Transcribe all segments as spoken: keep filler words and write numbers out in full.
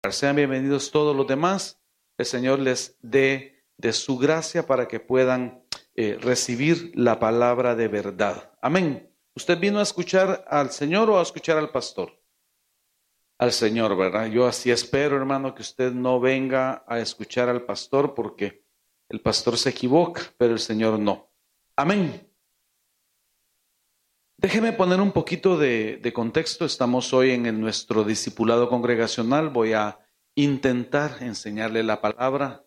Sean bienvenidos todos los demás. El Señor les dé de su gracia para que puedan eh, recibir la palabra de verdad. Amén. ¿Usted vino a escuchar al Señor o a escuchar al pastor? Al Señor, ¿verdad? Yo así espero, hermano, que usted no venga a escuchar al pastor porque el pastor se equivoca, pero el Señor no. Amén. Déjeme poner un poquito de, de contexto. Estamos hoy en el, nuestro discipulado congregacional. Voy a intentar enseñarle la palabra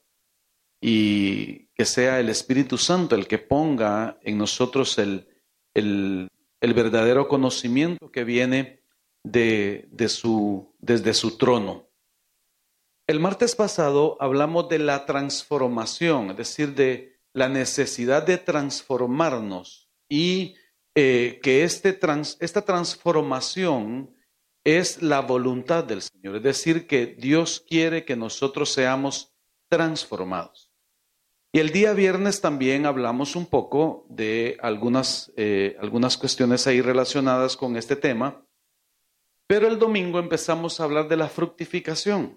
y que sea el Espíritu Santo el que ponga en nosotros el, el, el verdadero conocimiento que viene de, de su, desde su trono. El martes pasado hablamos de la transformación, es decir, de la necesidad de transformarnos y eh, que este trans, esta transformación es la voluntad del Señor, es decir, que Dios quiere que nosotros seamos transformados. Y el día viernes también hablamos un poco de algunas, eh, algunas cuestiones ahí relacionadas con este tema, pero el domingo empezamos a hablar de la fructificación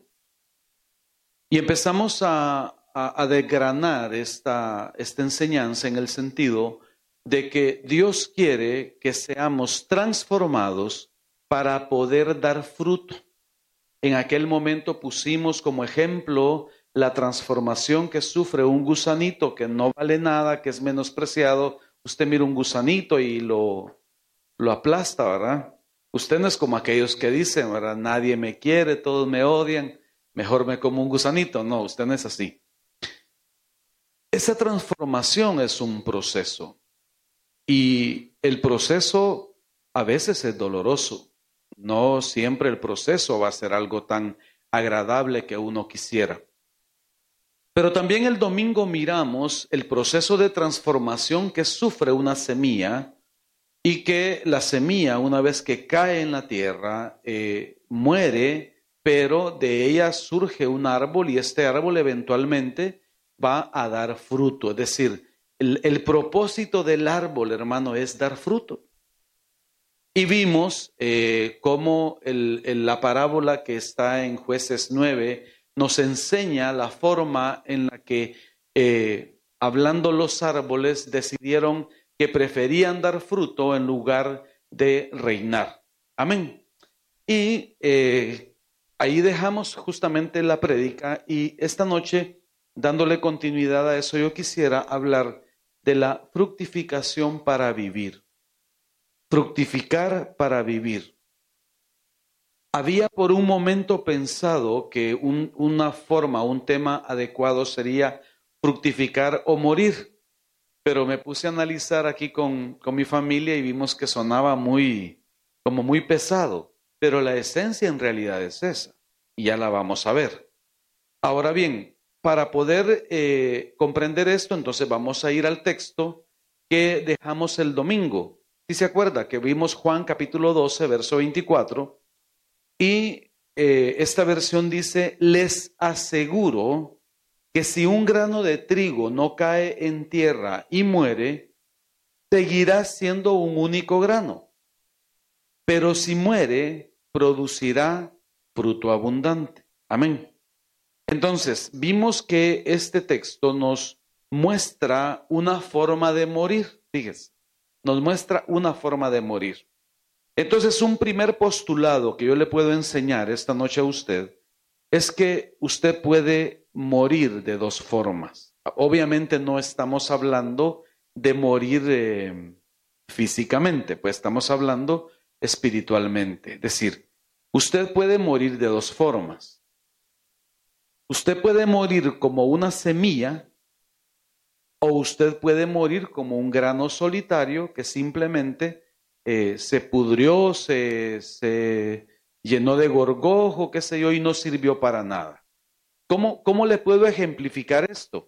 y empezamos a, a, a desgranar esta, esta enseñanza en el sentido de que Dios quiere que seamos transformados para poder dar fruto. En aquel momento pusimos como ejemplo la transformación que sufre un gusanito que no vale nada, que es menospreciado. Usted mira un gusanito y lo, lo aplasta, ¿verdad? Usted no es como aquellos que dicen, ¿verdad? Nadie me quiere, todos me odian, mejor me como un gusanito. No, usted no es así. Esa transformación es un proceso y el proceso a veces es doloroso. No siempre el proceso va a ser algo tan agradable que uno quisiera. Pero también el domingo miramos el proceso de transformación que sufre una semilla y que la semilla, una vez que cae en la tierra, eh, muere, pero de ella surge un árbol y este árbol eventualmente va a dar fruto. Es decir, el, el propósito del árbol, hermano, es dar fruto. Y vimos eh, cómo el, el, la parábola que está en Jueces nueve nos enseña la forma en la que, eh, hablando los árboles, decidieron que preferían dar fruto en lugar de reinar. Amén. Y eh, ahí dejamos justamente la prédica y esta noche, dándole continuidad a eso, yo quisiera hablar de la fructificación para vivir. Fructificar para vivir. Había por un momento pensado que un, una forma, un tema adecuado sería fructificar o morir, pero me puse a analizar aquí con, con mi familia y vimos que sonaba muy, como muy pesado, pero la esencia en realidad es esa, y ya la vamos a ver. Ahora bien, para poder eh, comprender esto, entonces vamos a ir al texto que dejamos el domingo. Si se acuerda que vimos Juan capítulo doce, verso veinticuatro, y eh, esta versión dice, les aseguro que si un grano de trigo no cae en tierra y muere, seguirá siendo un único grano. Pero si muere, producirá fruto abundante. Amén. Entonces, vimos que este texto nos muestra una forma de morir, fíjese. Nos muestra una forma de morir. Entonces, un primer postulado que yo le puedo enseñar esta noche a usted es que usted puede morir de dos formas. Obviamente no estamos hablando de morir eh, físicamente, pues estamos hablando espiritualmente. Es decir, usted puede morir de dos formas. Usted puede morir como una semilla o usted puede morir como un grano solitario que simplemente eh, se pudrió, se, se llenó de gorgojo, qué sé yo, y no sirvió para nada. ¿Cómo, cómo le puedo ejemplificar esto?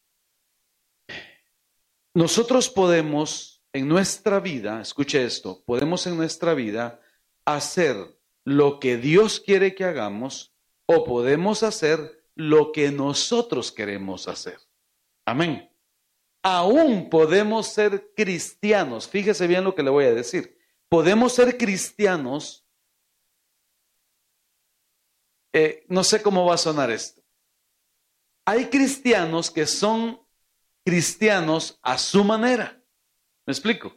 Nosotros podemos en nuestra vida, escuche esto, podemos en nuestra vida hacer lo que Dios quiere que hagamos o podemos hacer lo que nosotros queremos hacer. Amén. Aún podemos ser cristianos. Fíjese bien lo que le voy a decir. Podemos ser cristianos eh, no sé cómo va a sonar esto. Hay cristianos que son cristianos a su manera. ¿Me explico?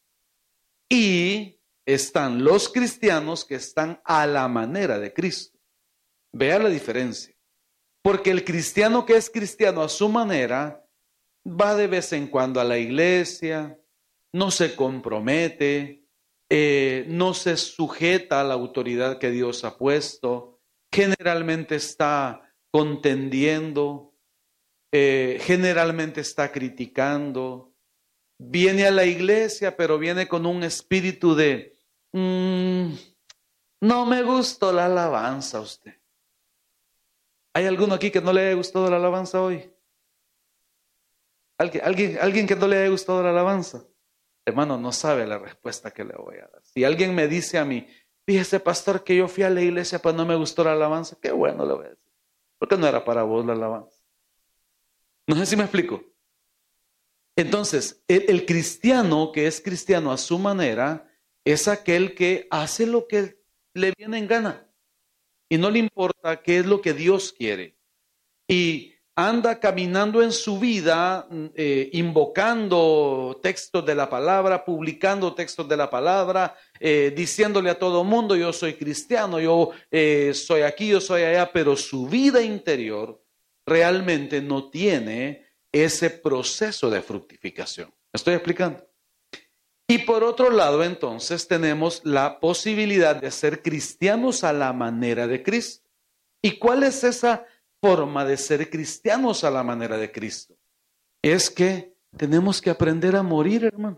Y están los cristianos que están a la manera de Cristo. Vea la diferencia. Porque el cristiano que es cristiano a su manera va de vez en cuando a la iglesia, no se compromete, eh, no se sujeta a la autoridad que Dios ha puesto, generalmente está contendiendo, eh, generalmente está criticando, viene a la iglesia, pero viene con un espíritu de, mmm, no me gustó la alabanza a usted. ¿Hay alguno aquí que no le haya gustado la alabanza hoy? ¿Alguien, alguien, alguien que no le haya gustado la alabanza? Hermano, no sabe la respuesta que le voy a dar. Si alguien me dice a mí, fíjese pastor que yo fui a la iglesia pero no me gustó la alabanza, qué bueno le voy a decir. Porque no era para vos la alabanza. No sé si me explico. Entonces, el, el cristiano que es cristiano a su manera es aquel que hace lo que le viene en gana y no le importa qué es lo que Dios quiere. Y anda caminando en su vida, eh, invocando textos de la palabra, publicando textos de la palabra, eh, diciéndole a todo mundo, yo soy cristiano, yo eh, soy aquí, yo soy allá, pero su vida interior realmente no tiene ese proceso de fructificación. ¿Me estoy explicando? Y por otro lado, entonces, tenemos la posibilidad de ser cristianos a la manera de Cristo. ¿Y cuál es esa forma de ser cristianos a la manera de Cristo? Es que tenemos que aprender a morir, hermano.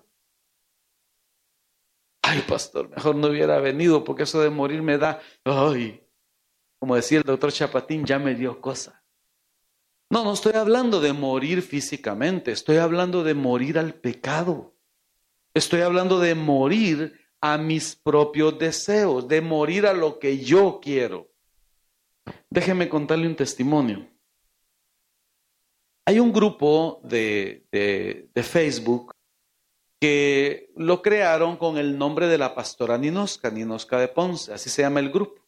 Ay, pastor, mejor no hubiera venido porque eso de morir me da, ay, como decía el doctor Chapatín, ya me dio cosa. No, no estoy hablando de morir físicamente, estoy hablando de morir al pecado. Estoy hablando de morir a mis propios deseos, de morir a lo que yo quiero. Déjeme contarle un testimonio. Hay un grupo de, de, de Facebook que lo crearon con el nombre de la pastora Ninosca, Ninosca de Ponce, así se llama el grupo.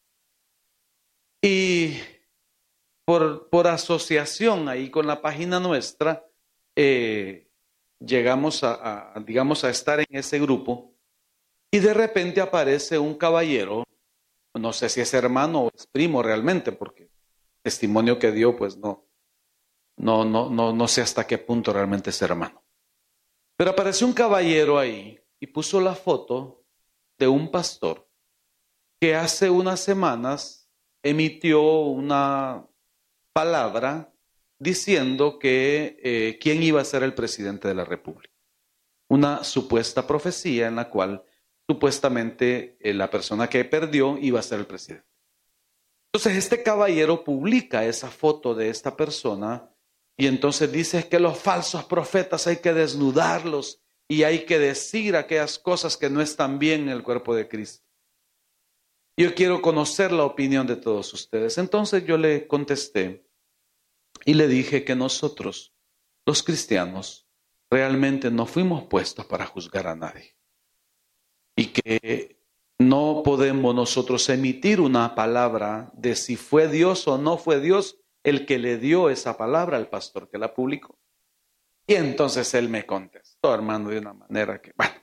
Y por, por asociación ahí con la página nuestra, eh, llegamos a, a, digamos, a estar en ese grupo y de repente aparece un caballero, no sé si es hermano o es primo realmente, porque el testimonio que dio, pues no, no, no, no, no sé hasta qué punto realmente es hermano. Pero apareció un caballero ahí y puso la foto de un pastor que hace unas semanas emitió una palabra diciendo que eh, quién iba a ser el presidente de la República. Una supuesta profecía en la cual supuestamente eh, la persona que perdió iba a ser el presidente. Entonces este caballero publica esa foto de esta persona y entonces dice que los falsos profetas hay que desnudarlos y hay que decir aquellas cosas que no están bien en el cuerpo de Cristo. Yo quiero conocer la opinión de todos ustedes. Entonces yo le contesté y le dije que nosotros, los cristianos, realmente no fuimos puestos para juzgar a nadie. Y que no podemos nosotros emitir una palabra de si fue Dios o no fue Dios el que le dio esa palabra al pastor que la publicó. Y entonces él me contestó, hermano, de una manera que, bueno.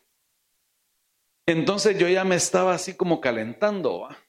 Entonces yo ya me estaba así como calentando, ¿va?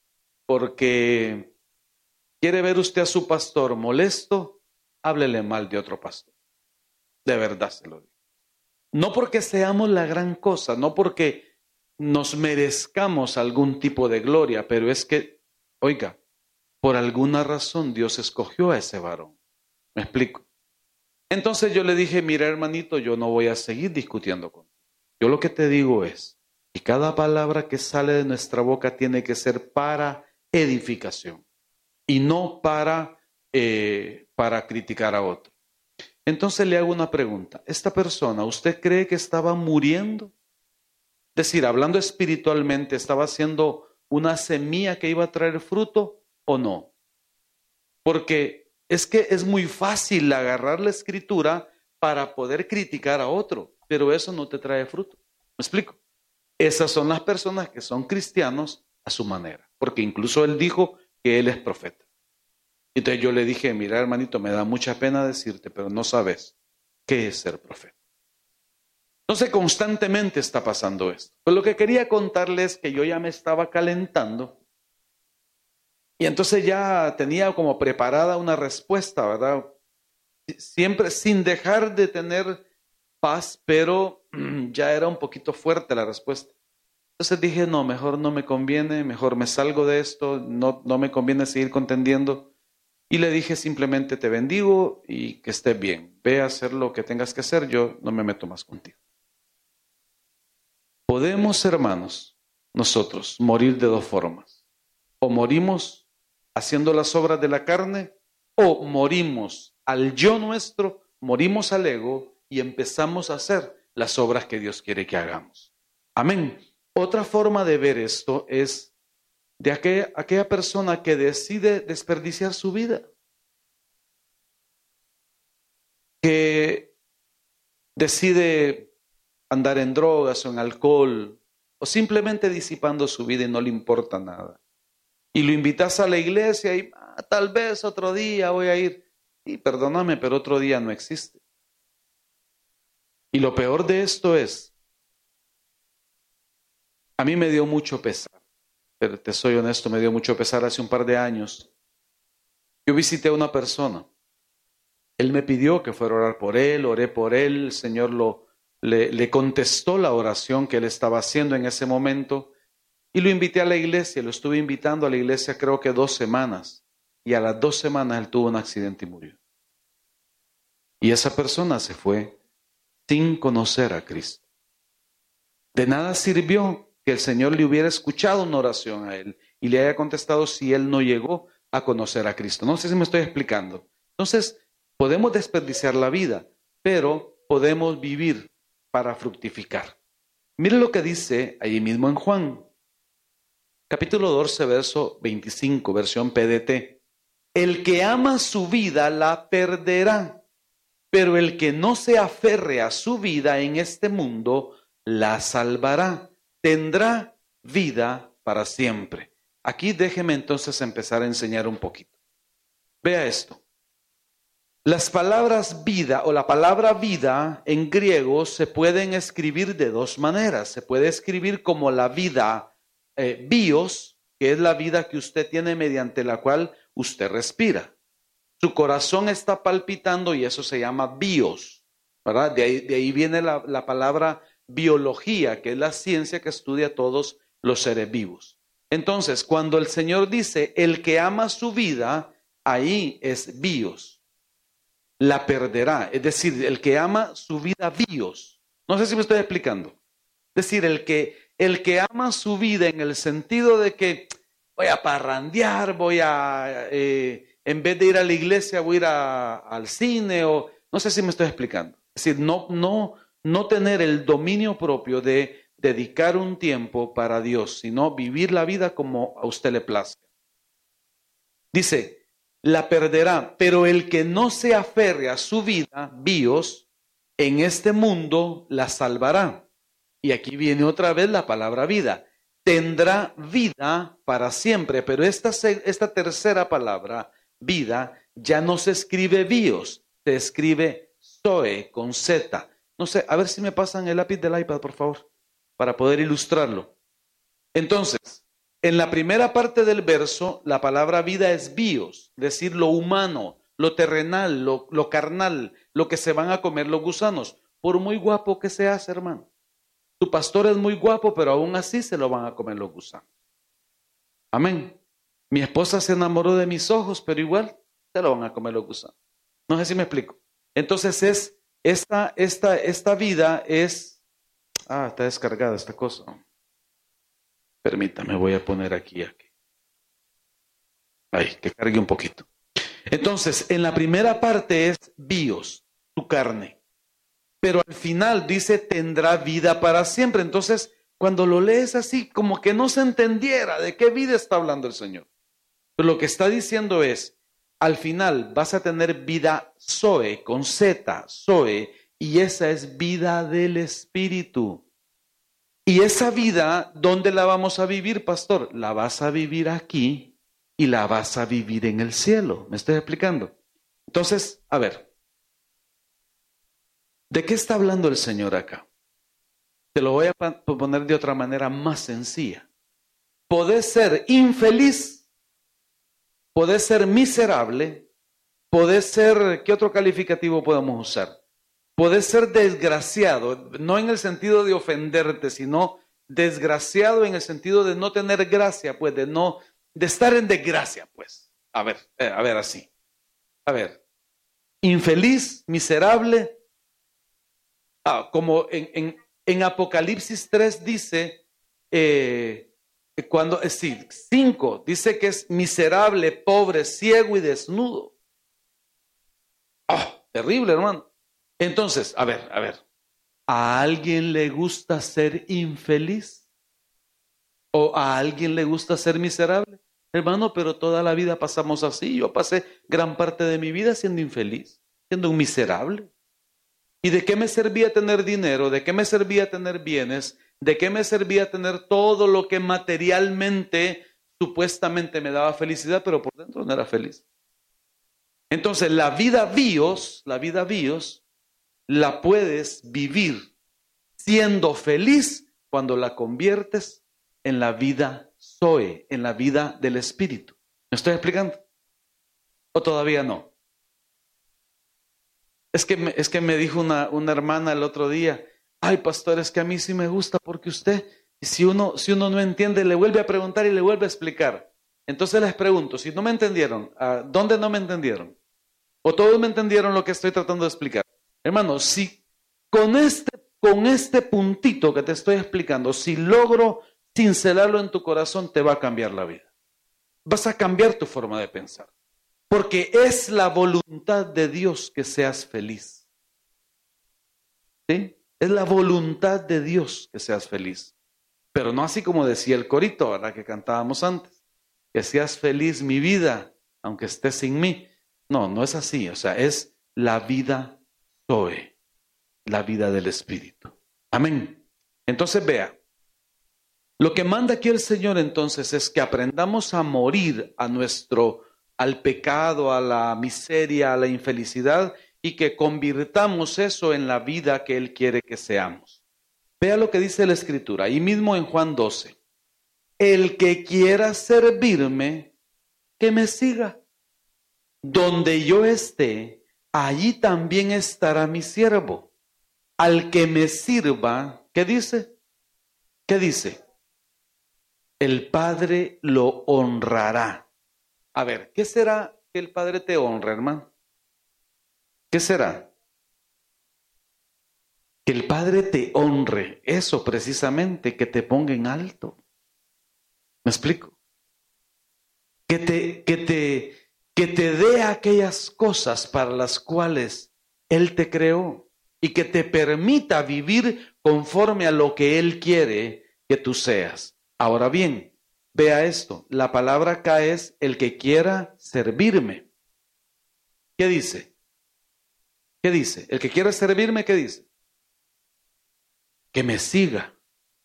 Porque quiere ver usted a su pastor molesto, háblele mal de otro pastor. De verdad se lo digo. No porque seamos la gran cosa, no porque nos merezcamos algún tipo de gloria, pero es que, oiga, por alguna razón Dios escogió a ese varón. ¿Me explico? Entonces yo le dije, mira hermanito, yo no voy a seguir discutiendo contigo. Yo lo que te digo es, y cada palabra que sale de nuestra boca tiene que ser para edificación y no para, eh, para criticar a otro. Entonces le hago una pregunta. ¿Esta persona, usted cree que estaba muriendo? Es decir, hablando espiritualmente, ¿estaba haciendo una semilla que iba a traer fruto o no? Porque es que es muy fácil agarrar la escritura para poder criticar a otro, pero eso no te trae fruto. ¿Me explico? Esas son las personas que son cristianos a su manera, porque incluso él dijo que él es profeta. Entonces yo le dije, mira hermanito, me da mucha pena decirte, pero no sabes qué es ser profeta. Entonces constantemente está pasando esto. Pues lo que quería contarles es que yo ya me estaba calentando y entonces ya tenía como preparada una respuesta, ¿verdad? Siempre sin dejar de tener paz, pero ya era un poquito fuerte la respuesta. Entonces dije, no, mejor no me conviene, mejor me salgo de esto, no, no me conviene seguir contendiendo. Y le dije simplemente, te bendigo y que estés bien. Ve a hacer lo que tengas que hacer, yo no me meto más contigo. Podemos, hermanos, nosotros morir de dos formas. O morimos haciendo las obras de la carne, o morimos al yo nuestro, morimos al ego y empezamos a hacer las obras que Dios quiere que hagamos. Amén. Otra forma de ver esto es de aquella, aquella persona que decide desperdiciar su vida, que decide andar en drogas o en alcohol, o simplemente disipando su vida y no le importa nada. Y lo invitas a la iglesia y ah, tal vez otro día voy a ir. Y perdóname, pero otro día no existe. Y lo peor de esto es, a mí me dio mucho pesar, pero te soy honesto, me dio mucho pesar hace un par de años. Yo visité a una persona. Él me pidió que fuera a orar por él, oré por él, el Señor lo, le, le contestó la oración que él estaba haciendo en ese momento y lo invité a la iglesia, lo estuve invitando a la iglesia creo que dos semanas y a las dos semanas él tuvo un accidente y murió. Y esa persona se fue sin conocer a Cristo. De nada sirvió que el Señor le hubiera escuchado una oración a él y le haya contestado si él no llegó a conocer a Cristo. No sé si me estoy explicando. Entonces, podemos desperdiciar la vida, pero podemos vivir para fructificar. Mire lo que dice ahí mismo en Juan, capítulo doce, verso veinticinco, versión P D T. El que ama su vida la perderá, pero el que no se aferre a su vida en este mundo la salvará. Tendrá vida para siempre. Aquí déjeme entonces empezar a enseñar un poquito. Vea esto. Las palabras vida o la palabra vida en griego se pueden escribir de dos maneras. Se puede escribir como la vida eh, bios, que es la vida que usted tiene mediante la cual usted respira. Su corazón está palpitando y eso se llama bios, ¿verdad? De ahí, de ahí viene la, la palabra biología, que es la ciencia que estudia todos los seres vivos. Entonces, cuando el Señor dice, el que ama su vida, ahí es bios. La perderá. Es decir, el que ama su vida bios. No sé si me estoy explicando. Es decir, el que, el que ama su vida en el sentido de que voy a parrandear, voy a, eh, en vez de ir a la iglesia, voy a ir a, al cine, o no sé si me estoy explicando. Es decir, no, no, no tener el dominio propio de dedicar un tiempo para Dios, sino vivir la vida como a usted le plazca. Dice, la perderá, pero el que no se aferre a su vida, bios, en este mundo la salvará. Y aquí viene otra vez la palabra vida. Tendrá vida para siempre, pero esta, esta tercera palabra, vida, ya no se escribe bios, se escribe zoe con Z. No sé, a ver si me pasan el lápiz del iPad, por favor, para poder ilustrarlo. Entonces, en la primera parte del verso, la palabra vida es bios, es decir, lo humano, lo terrenal, lo, lo carnal, lo que se van a comer los gusanos, por muy guapo que seas, hermano. Tu pastor es muy guapo, pero aún así se lo van a comer los gusanos. Amén. Mi esposa se enamoró de mis ojos, pero igual se lo van a comer los gusanos. No sé si me explico. Entonces es esta, esta, esta vida es... Ah, está descargada esta cosa. Permítame, voy a poner aquí, aquí. Ahí, que cargue un poquito. Entonces, en la primera parte es bios, tu carne. Pero al final dice tendrá vida para siempre. Entonces, cuando lo lees así, como que no se entendiera de qué vida está hablando el Señor. Pero lo que está diciendo es, al final vas a tener vida zoe, con Z, zoe, y esa es vida del Espíritu. Y esa vida, ¿dónde la vamos a vivir, pastor? La vas a vivir aquí y la vas a vivir en el cielo. ¿Me estoy explicando? Entonces, a ver, ¿de qué está hablando el Señor acá? Te lo voy a poner de otra manera más sencilla. Podés ser infeliz, podés ser miserable, podés ser, ¿qué otro calificativo podemos usar? Podés ser desgraciado, no en el sentido de ofenderte, sino desgraciado en el sentido de no tener gracia, pues, de no, de estar en desgracia, pues. A ver, eh, a ver así. A ver, infeliz, miserable, ah, como en, en, en Apocalipsis tres dice, eh, cuando, es decir, cinco, dice que es miserable, pobre, ciego y desnudo. Ah, terrible, hermano. Entonces, a ver, a ver, ¿a alguien le gusta ser infeliz? ¿O a alguien le gusta ser miserable? Hermano, pero toda la vida pasamos así. Yo pasé gran parte de mi vida siendo infeliz, siendo un miserable. ¿Y de qué me servía tener dinero? ¿De qué me servía tener bienes? ¿De qué me servía tener todo lo que materialmente, supuestamente me daba felicidad, pero por dentro no era feliz? Entonces, la vida bios, la vida bios, la puedes vivir siendo feliz cuando la conviertes en la vida Zoe, en la vida del Espíritu. ¿Me estoy explicando? ¿O todavía no? Es que me, es que me dijo una, una hermana el otro día, ay pastor, es que a mí sí me gusta porque usted, si uno, si uno no entiende, le vuelve a preguntar y le vuelve a explicar. Entonces les pregunto, si no me entendieron, ¿dónde no me entendieron? ¿O todos me entendieron lo que estoy tratando de explicar? Hermano, si con este, con este puntito que te estoy explicando, si logro cincelarlo en tu corazón, te va a cambiar la vida. Vas a cambiar tu forma de pensar. Porque es la voluntad de Dios que seas feliz. ¿Sí? Es la voluntad de Dios que seas feliz. Pero no así como decía el corito, ¿verdad? Que cantábamos antes. Que seas feliz mi vida, aunque estés sin mí. No, no es así. O sea, es la vida Zoe, la vida del Espíritu. Amén. Entonces vea, lo que manda aquí el Señor entonces es que aprendamos a morir a nuestro, al pecado, a la miseria, a la infelicidad y que convirtamos eso en la vida que Él quiere que seamos. Vea lo que dice la Escritura, ahí mismo en Juan doce. El que quiera servirme, que me siga. Donde yo esté, allí también estará mi siervo. Al que me sirva, ¿qué dice? ¿Qué dice? El Padre lo honrará. A ver, ¿qué será que el Padre te honre, hermano? ¿Qué será? Que el Padre te honre. Eso precisamente, que te ponga en alto. ¿Me explico? Que te, que te, que te dé aquellas cosas para las cuales Él te creó y que te permita vivir conforme a lo que Él quiere que tú seas. Ahora bien, vea esto, la palabra acá es el que quiera servirme. ¿Qué dice? ¿Qué dice? El que quiera servirme, ¿qué dice? Que me siga.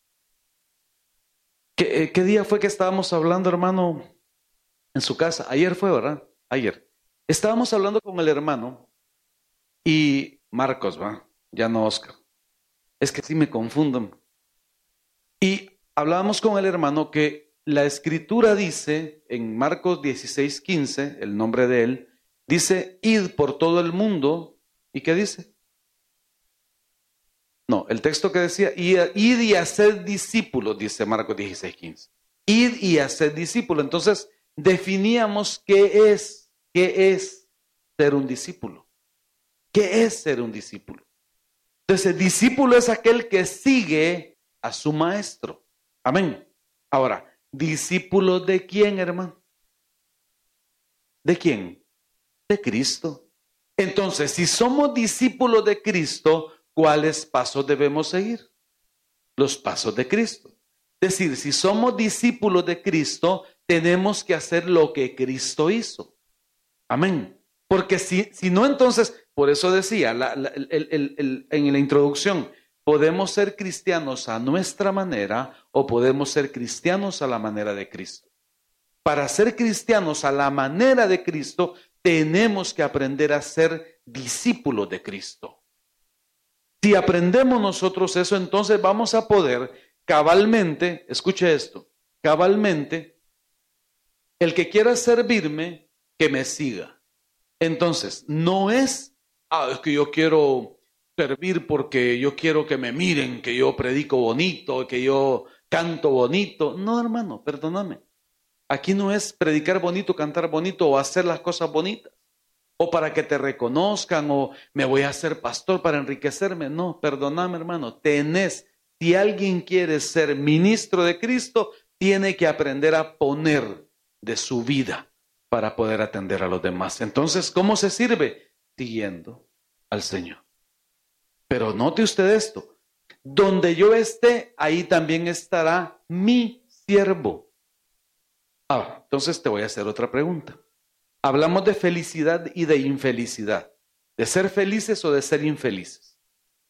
¿Qué, qué día fue que estábamos hablando, hermano, en su casa? Ayer fue, ¿verdad? Ayer. Estábamos hablando con el hermano y Marcos, ¿va? Ya no Oscar. Es que sí me confundo. Y hablábamos con el hermano que la Escritura dice, en Marcos dieciséis quince, el nombre de él, dice, id por todo el mundo. ¿Y qué dice? No, el texto que decía, id y haced discípulos, dice Marcos dieciséis quince. Id y haced discípulos. Entonces, definíamos qué es, qué es ser un discípulo. ¿Qué es ser un discípulo? Entonces, el discípulo es aquel que sigue a su maestro. Amén. Ahora, ¿discípulo de quién, hermano? ¿De quién? De Cristo. Entonces, si somos discípulos de Cristo, ¿cuáles pasos debemos seguir? Los pasos de Cristo. Es decir, si somos discípulos de Cristo, tenemos que hacer lo que Cristo hizo. Amén. Porque si, si no, entonces, por eso decía la, la, el, el, el, en la introducción, podemos ser cristianos a nuestra manera o podemos ser cristianos a la manera de Cristo. para ser cristianos a la manera de Cristo, tenemos que aprender a ser discípulos de Cristo. Si aprendemos nosotros eso, entonces vamos a poder cabalmente, escuche esto, cabalmente, el que quiera servirme, que me siga. Entonces, no es, ah, es que yo quiero servir porque yo quiero que me miren, que yo predico bonito, que yo canto bonito. No, hermano, perdóname. Aquí no es predicar bonito, cantar bonito o hacer las cosas bonitas. O para que te reconozcan o me voy a hacer pastor para enriquecerme. No, perdóname, hermano. Tenés, si alguien quiere ser ministro de Cristo, tiene que aprender a poner de su vida para poder atender a los demás. Entonces, ¿cómo se sirve? Siguiendo al Señor. Pero note usted esto. Donde yo esté, ahí también estará mi siervo. Ah, entonces te voy a hacer otra pregunta. Hablamos de felicidad y de infelicidad. De ser felices o de ser infelices.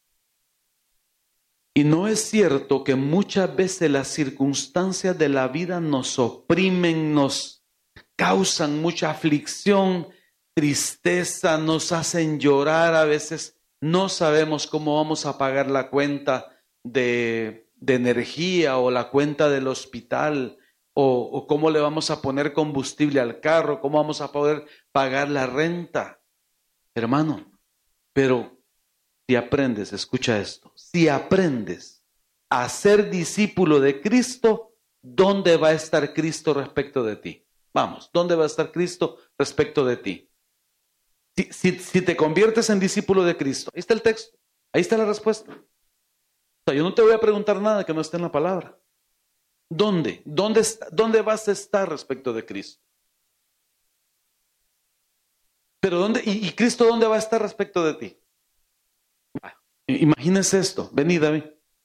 Y no es cierto que muchas veces las circunstancias de la vida nos oprimen, nos causan mucha aflicción, tristeza, nos hacen llorar. A veces no sabemos cómo vamos a pagar la cuenta de, de energía o la cuenta del hospital. O, o cómo le vamos a poner combustible al carro, cómo vamos a poder pagar la renta. Hermano, pero si aprendes, escucha esto, si aprendes a ser discípulo de Cristo, ¿dónde va a estar Cristo respecto de ti? Vamos, ¿dónde va a estar Cristo respecto de ti? Si, si, si te conviertes en discípulo de Cristo, ahí está el texto, ahí está la respuesta. O sea, yo no te voy a preguntar nada que no esté en la palabra. ¿Dónde? ¿Dónde, ¿Dónde vas a estar respecto de Cristo? Pero ¿dónde? ¿Y, y Cristo dónde va a estar respecto de ti? Imagínense esto. Vení, David.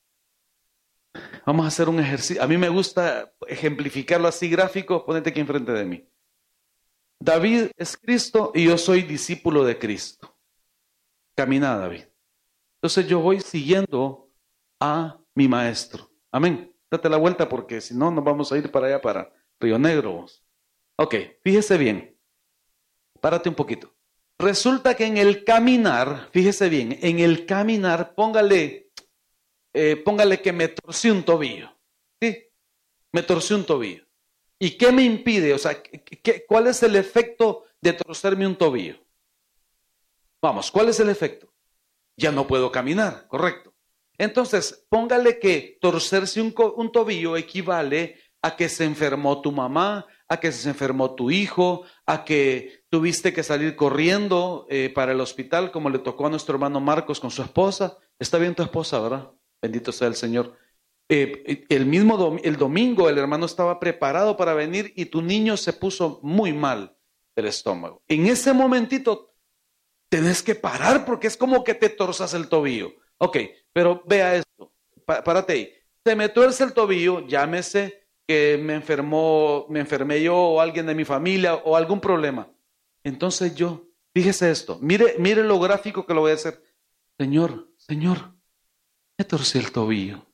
Vamos a hacer un ejercicio. A mí me gusta ejemplificarlo así gráfico. Ponete aquí enfrente de mí. David es Cristo y yo soy discípulo de Cristo. Camina, David. Entonces yo voy siguiendo a mi maestro. Amén. Date la vuelta porque si no nos vamos a ir para allá, para Río Negro. Ok, fíjese bien. Párate un poquito. Resulta que en el caminar, fíjese bien, en el caminar, póngale, eh, póngale que me torcí un tobillo. ¿Sí? Me torcí un tobillo. ¿Y qué me impide? O sea, ¿qué, ¿cuál es el efecto de torcerme un tobillo? Vamos, ¿cuál es el efecto? Ya no puedo caminar, correcto. Entonces, póngale que torcerse un, un tobillo equivale a que se enfermó tu mamá, a que se enfermó tu hijo, a que tuviste que salir corriendo eh, para el hospital, como le tocó a nuestro hermano Marcos con su esposa. Está bien tu esposa, ¿verdad? Bendito sea el Señor. Eh, el mismo dom el domingo el hermano estaba preparado para venir y tu niño se puso muy mal del estómago. En ese momentito tenés que parar porque es como que te torzas el tobillo. Ok, pero vea esto, párate ahí. Se me tuerce el tobillo, llámese que me enfermó, me enfermé yo o alguien de mi familia o algún problema. Entonces yo, fíjese esto, mire, mire lo gráfico que lo voy a hacer. Señor, Señor, me torcí el tobillo.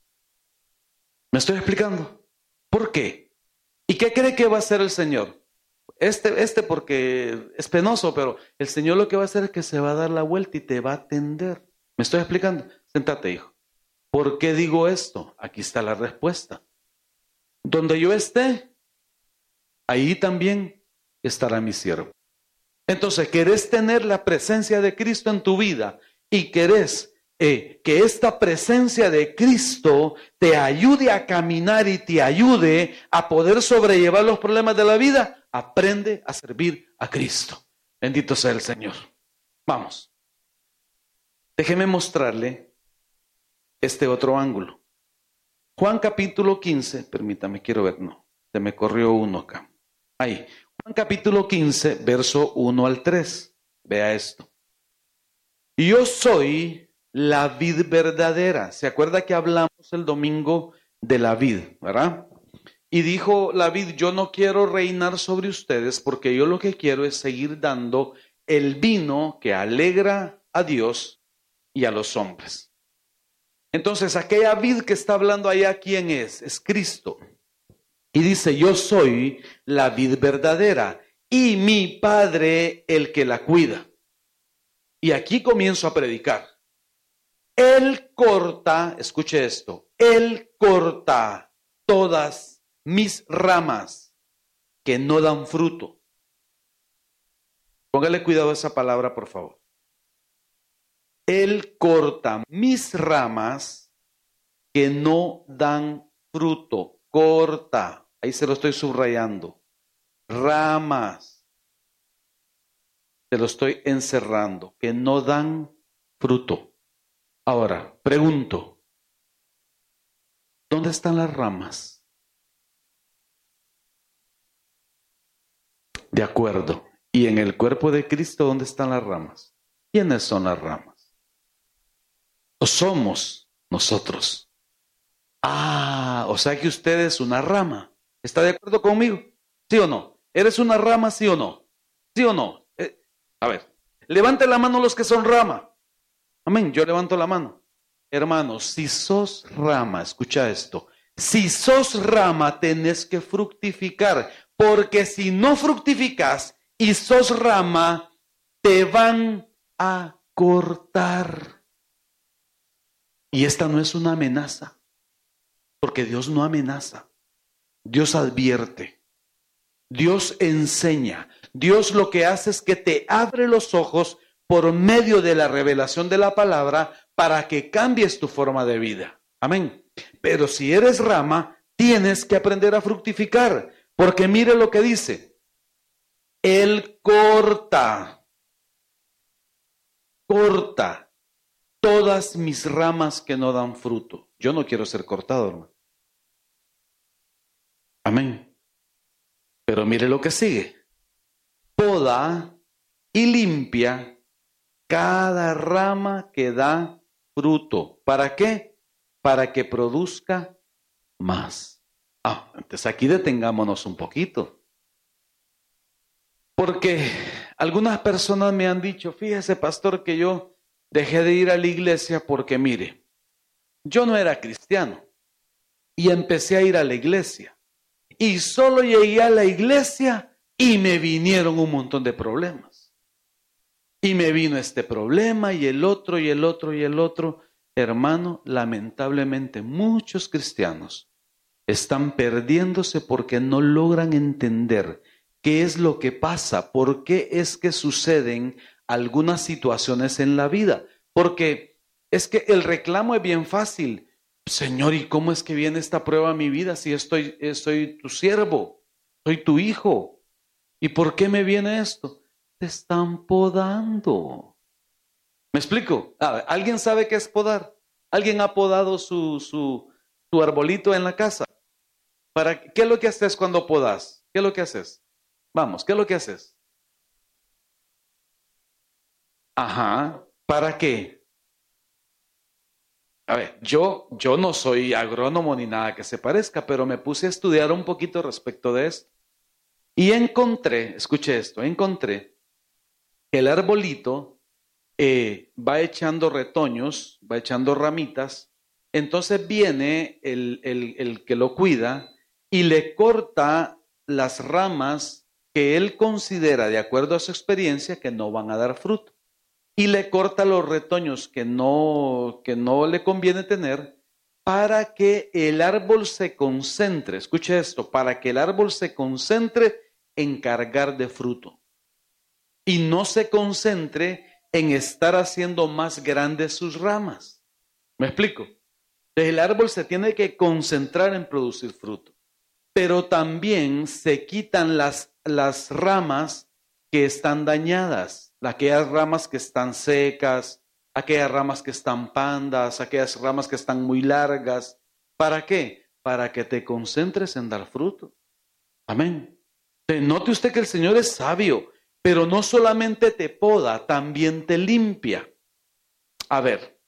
¿Me estoy explicando? ¿Por qué? ¿Y qué cree que va a hacer el Señor? Este, este porque es penoso, pero el Señor lo que va a hacer es que se va a dar la vuelta y te va a atender. ¿Me estoy explicando? Séntate, hijo. ¿Por qué digo esto? Aquí está la respuesta. Donde yo esté, ahí también estará mi siervo. Entonces, ¿querés tener la presencia de Cristo en tu vida y querés eh, que esta presencia de Cristo te ayude a caminar y te ayude a poder sobrellevar los problemas de la vida? Aprende a servir a Cristo. Bendito sea el Señor. Vamos. Déjeme mostrarle este otro ángulo. Juan capítulo quince, permítame, quiero ver, no, se me corrió uno acá. Ahí, Juan capítulo quince, verso uno al tres. Vea esto. Yo soy la vid verdadera. ¿Se acuerda que hablamos el domingo de la vid, verdad? Y dijo la vid, yo no quiero reinar sobre ustedes porque yo lo que quiero es seguir dando el vino que alegra a Dios y a los hombres. Entonces, aquella vid que está hablando allá, ¿quién es? Es Cristo. Y dice, yo soy la vid verdadera y mi Padre el que la cuida. Y aquí comienzo a predicar. Él corta, escuche esto, Él corta todas mis ramas que no dan fruto. Póngale cuidado a esa palabra, por favor. Él corta mis ramas que no dan fruto. Corta. Ahí se lo estoy subrayando. Ramas. Se lo estoy encerrando. Que no dan fruto. Ahora, pregunto. ¿Dónde están las ramas? De acuerdo. ¿Y en el cuerpo de Cristo dónde están las ramas? ¿Quiénes son las ramas? ¿O somos nosotros? Ah, o sea que usted es una rama. ¿Está de acuerdo conmigo? ¿Sí o no? ¿Eres una rama, sí o no? ¿Sí o no? Eh, a ver, levante la mano los que son rama. Amén, yo levanto la mano. Hermanos, si sos rama, escucha esto. Si sos rama, tenés que fructificar. Porque si no fructificas y sos rama, te van a cortar. Y esta no es una amenaza. Porque Dios no amenaza. Dios advierte. Dios enseña. Dios lo que hace es que te abre los ojos por medio de la revelación de la palabra para que cambies tu forma de vida. Amén. Pero si eres rama, tienes que aprender a fructificar. Porque mire lo que dice. Él corta, corta todas mis ramas que no dan fruto. Yo no quiero ser cortado, hermano. Amén. Pero mire lo que sigue. Poda y limpia cada rama que da fruto. ¿Para qué? Para que produzca más. Ah, entonces aquí detengámonos un poquito. Porque algunas personas me han dicho, fíjese, pastor, que yo dejé de ir a la iglesia porque, mire, yo no era cristiano y empecé a ir a la iglesia. Y solo llegué a la iglesia y me vinieron un montón de problemas. Y me vino este problema y el otro y el otro y el otro. Hermano, lamentablemente muchos cristianos están perdiéndose porque no logran entender qué es lo que pasa, por qué es que suceden algunas situaciones en la vida. Porque es que el reclamo es bien fácil. Señor, ¿y cómo es que viene esta prueba a mi vida si estoy, soy tu siervo, soy tu hijo? ¿Y por qué me viene esto? Te están podando. ¿Me explico? A ver, ¿alguien sabe qué es podar? ¿Alguien ha podado su, su, su arbolito en la casa? ¿Para qué es lo que haces cuando podas? ¿Qué es lo que haces? Vamos, ¿qué es lo que haces? Ajá, ¿para qué? A ver, yo, yo no soy agrónomo ni nada que se parezca, pero me puse a estudiar un poquito respecto de esto. Y encontré, escuche esto, encontré que el arbolito eh, va echando retoños, va echando ramitas, entonces viene el, el, el que lo cuida y le corta las ramas que él considera, de acuerdo a su experiencia, que no van a dar fruto. Y le corta los retoños que no, que no le conviene tener para que el árbol se concentre, escuche esto, para que el árbol se concentre en cargar de fruto y no se concentre en estar haciendo más grandes sus ramas. ¿Me explico? Entonces el árbol se tiene que concentrar en producir fruto, pero también se quitan las, las ramas que están dañadas. Aquellas ramas que están secas, aquellas ramas que están pandas, aquellas ramas que están muy largas. ¿Para qué? Para que te concentres en dar fruto. Amén. Note usted que el Señor es sabio, pero no solamente te poda, también te limpia. A ver,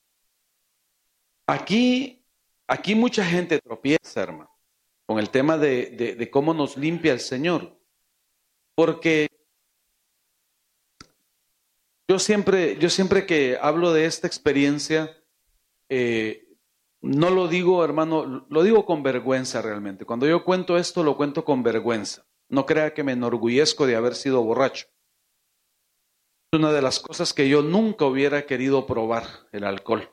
aquí, aquí mucha gente tropieza, hermano, con el tema de, de, de cómo nos limpia el Señor. Porque Yo siempre, yo siempre que hablo de esta experiencia, eh, no lo digo, hermano, lo digo con vergüenza realmente. Cuando yo cuento esto, lo cuento con vergüenza. No crea que me enorgullezco de haber sido borracho. Es una de las cosas que yo nunca hubiera querido probar, el alcohol.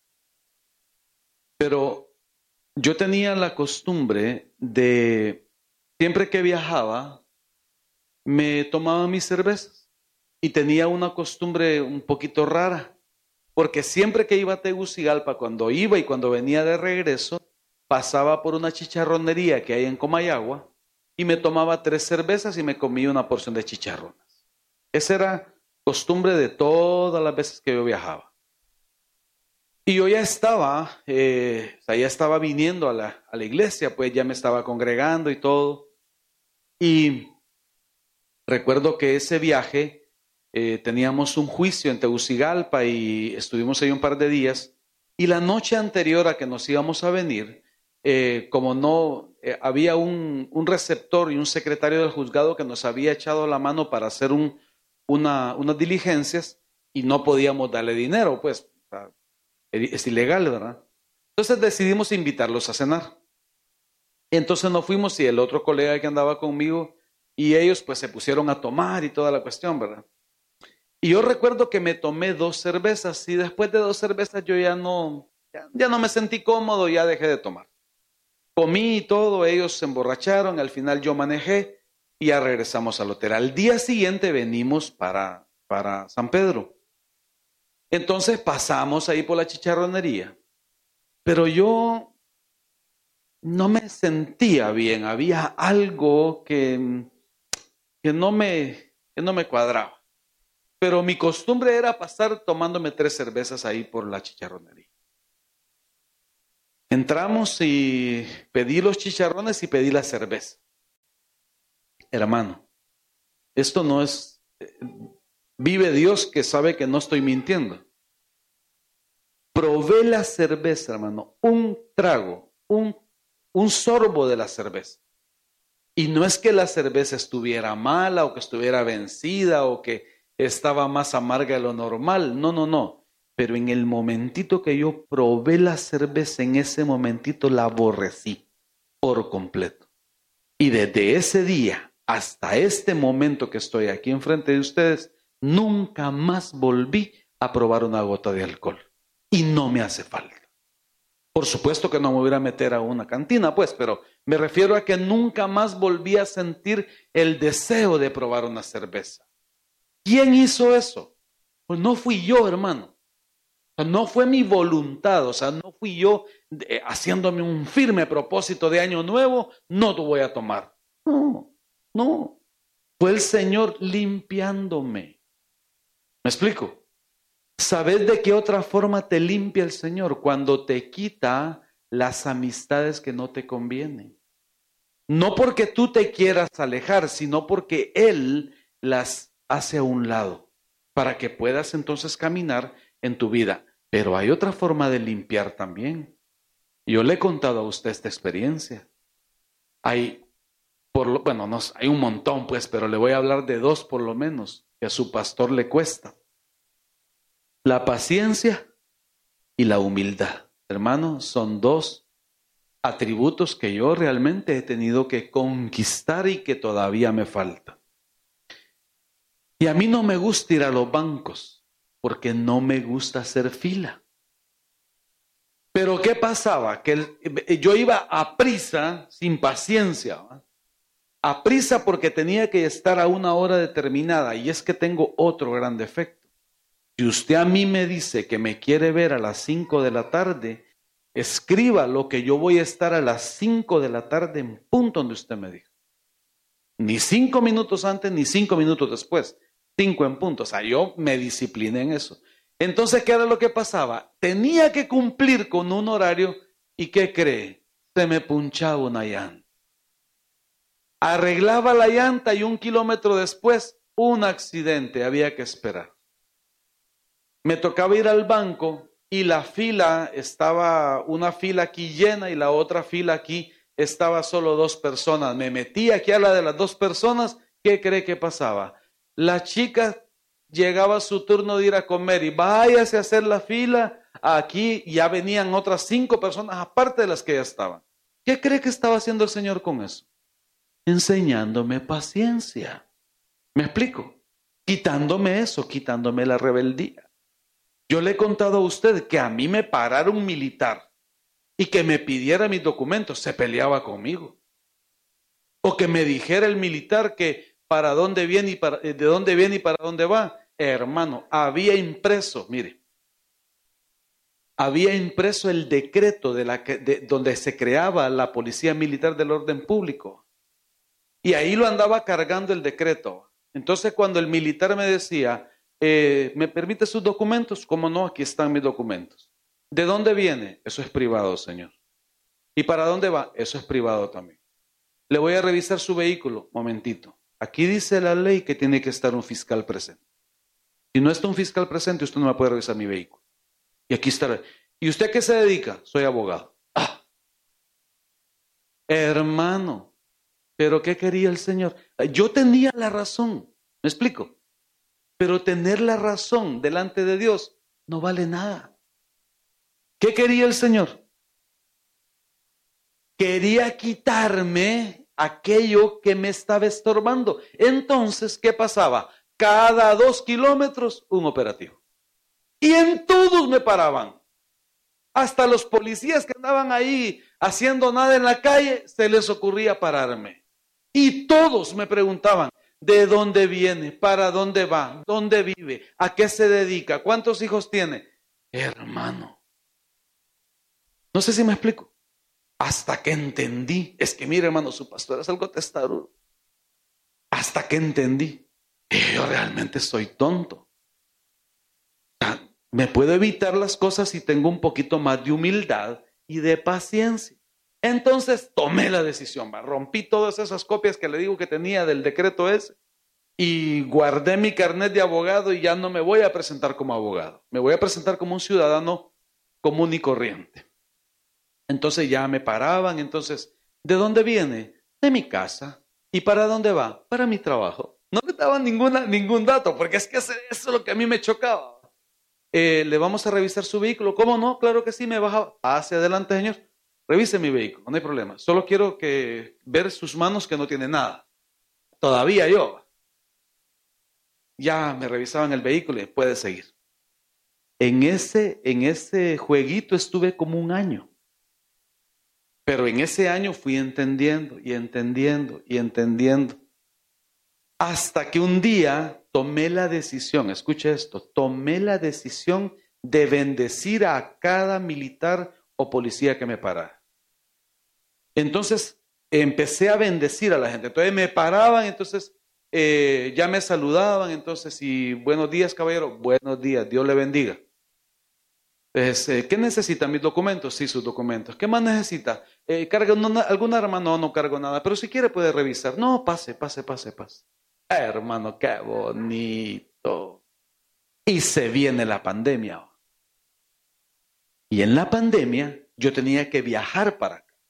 Pero yo tenía la costumbre de, siempre que viajaba, me tomaba mis cervezas y tenía una costumbre un poquito rara, porque siempre que iba a Tegucigalpa, cuando iba y cuando venía de regreso, pasaba por una chicharronería que hay en Comayagua y me tomaba tres cervezas y me comía una porción de chicharrones. Esa era costumbre de todas las veces que yo viajaba. Y yo ya estaba, eh, o sea, ya estaba viniendo a la, a la iglesia, pues ya me estaba congregando y todo. Y recuerdo que ese viaje eh, teníamos un juicio en Tegucigalpa y estuvimos ahí un par de días. Y la noche anterior a que nos íbamos a venir, eh, como no, eh, había un, un receptor y un secretario del juzgado que nos había echado la mano para hacer un, una, unas diligencias y no podíamos darle dinero, pues. O sea, es ilegal, ¿verdad? Entonces decidimos invitarlos a cenar. Entonces nos fuimos y el otro colega que andaba conmigo y ellos pues se pusieron a tomar y toda la cuestión, ¿verdad? Y yo recuerdo que me tomé dos cervezas y después de dos cervezas yo ya no, ya, ya no me sentí cómodo, ya dejé de tomar. Comí y todo, ellos se emborracharon, al final yo manejé y ya regresamos al hotel. Al día siguiente venimos para, para San Pedro. Entonces pasamos ahí por la chicharronería, pero yo no me sentía bien, había algo que, que, no me, que no me cuadraba. Pero mi costumbre era pasar tomándome tres cervezas ahí por la chicharronería. Entramos y pedí los chicharrones y pedí la cerveza. Hermano, esto no es... Vive Dios que sabe que no estoy mintiendo. Probé la cerveza, hermano, un trago, un, un sorbo de la cerveza. Y no es que la cerveza estuviera mala o que estuviera vencida o que estaba más amarga de lo normal. No, no, no. Pero en el momentito que yo probé la cerveza, en ese momentito la aborrecí por completo. Y desde ese día hasta este momento que estoy aquí enfrente de ustedes, nunca más volví a probar una gota de alcohol. Y no me hace falta. Por supuesto que no me voy a meter a una cantina, pues, pero me refiero a que nunca más volví a sentir el deseo de probar una cerveza. ¿Quién hizo eso? Pues no fui yo, hermano. O sea, no fue mi voluntad, o sea, no fui yo eh, haciéndome un firme propósito de año nuevo, no te voy a tomar. No, no. Fue el Señor limpiándome. ¿Me explico? ¿Sabes de qué otra forma te limpia el Señor? Cuando te quita las amistades que no te convienen. No porque tú te quieras alejar, sino porque Él las hace a un lado para que puedas entonces caminar en tu vida. Pero hay otra forma de limpiar también. Yo le he contado a usted esta experiencia. Hay, por lo, bueno, no, hay un montón pues, pero le voy a hablar de dos por lo menos que a su pastor le cuesta. La paciencia y la humildad. Hermano, son dos atributos que yo realmente he tenido que conquistar y que todavía me falta. Y a mí no me gusta ir a los bancos porque no me gusta hacer fila. Pero ¿qué pasaba? Que el, yo iba a prisa, sin paciencia, ¿va? A prisa porque tenía que estar a una hora determinada. Y es que tengo otro gran defecto. Si usted a mí me dice que me quiere ver a las cinco de la tarde, escriba lo que yo voy a estar a las cinco de la tarde en punto donde usted me dijo. Ni cinco minutos antes, ni cinco minutos después. Cinco en punto. O sea, yo me discipliné en eso. Entonces, ¿qué era lo que pasaba? Tenía que cumplir con un horario y ¿qué cree? Se me punchaba una llanta. Arreglaba la llanta y un kilómetro después, un accidente, había que esperar. Me tocaba ir al banco y la fila estaba, una fila aquí llena y la otra fila aquí estaba solo dos personas. Me metí aquí a la de las dos personas, ¿qué cree que pasaba? La chica llegaba a su turno de ir a comer y váyase a hacer la fila aquí ya venían otras cinco personas aparte de las que ya estaban. ¿Qué cree que estaba haciendo el Señor con eso? Enseñándome paciencia. ¿Me explico? Quitándome eso, quitándome la rebeldía. Yo le he contado a usted que a mí me parara un militar y que me pidiera mis documentos, se peleaba conmigo. O que me dijera el militar que para dónde viene y para, de dónde viene y para dónde va. Hermano, había impreso, mire, había impreso el decreto de la que, de, donde se creaba la Policía Militar del Orden Público. Y ahí lo andaba cargando el decreto. Entonces cuando el militar me decía, eh, ¿me permite sus documentos? ¿Cómo no? Aquí están mis documentos. ¿De dónde viene? Eso es privado, señor. ¿Y para dónde va? Eso es privado también. Le voy a revisar su vehículo. Momentito. Aquí dice la ley que tiene que estar un fiscal presente. Si no está un fiscal presente, usted no me puede revisar mi vehículo. Y aquí está. ¿Y usted a qué se dedica? Soy abogado. Ah. Hermano, ¿pero qué quería el Señor? Yo tenía la razón. ¿Me explico? Pero tener la razón delante de Dios no vale nada. ¿Qué quería el Señor? Quería quitarme aquello que me estaba estorbando. Entonces, ¿qué pasaba? Cada dos kilómetros, un operativo. Y en todos me paraban. Hasta los policías que andaban ahí haciendo nada en la calle, se les ocurría pararme. Y todos me preguntaban, ¿de dónde viene? ¿Para dónde va? ¿Dónde vive? ¿A qué se dedica? ¿Cuántos hijos tiene? Hermano, no sé si me explico. Hasta que entendí, es que mire hermano, su pastor es algo testarudo. Hasta que entendí que yo realmente soy tonto. Me puedo evitar las cosas si tengo un poquito más de humildad y de paciencia. Entonces tomé la decisión, ¿va? Rompí todas esas copias que le digo que tenía del decreto ese y guardé mi carnet de abogado y ya no me voy a presentar como abogado. Me voy a presentar como un ciudadano común y corriente. Entonces ya me paraban, entonces, ¿de dónde viene? De mi casa. ¿Y para dónde va? Para mi trabajo. No le daban ninguna, ningún dato, porque es que eso es lo que a mí me chocaba. Eh, ¿Le vamos a revisar su vehículo? ¿Cómo no? Claro que sí, me baja. Hacia adelante, señor. Revise mi vehículo, no hay problema. Solo quiero que ver sus manos que no tiene nada. Todavía yo. Ya me revisaban el vehículo y puede seguir. En ese, en ese jueguito estuve como un año. Pero en ese año fui entendiendo y entendiendo y entendiendo. Hasta que un día tomé la decisión, escuche esto, tomé la decisión de bendecir a cada militar o policía que me parara. Entonces empecé a bendecir a la gente. Entonces me paraban, entonces eh, ya me saludaban, entonces y buenos días caballero, buenos días, Dios le bendiga. Pues, eh, ¿qué necesita? Mis documentos, sí, sus documentos. ¿Qué más necesita? Eh, ¿Carga una, alguna arma? No, no cargo nada, pero si quiere puede revisar. No, pase, pase, pase, pase. Eh, hermano, qué bonito. Y se viene la pandemia. Y en la pandemia yo tenía que viajar para acá.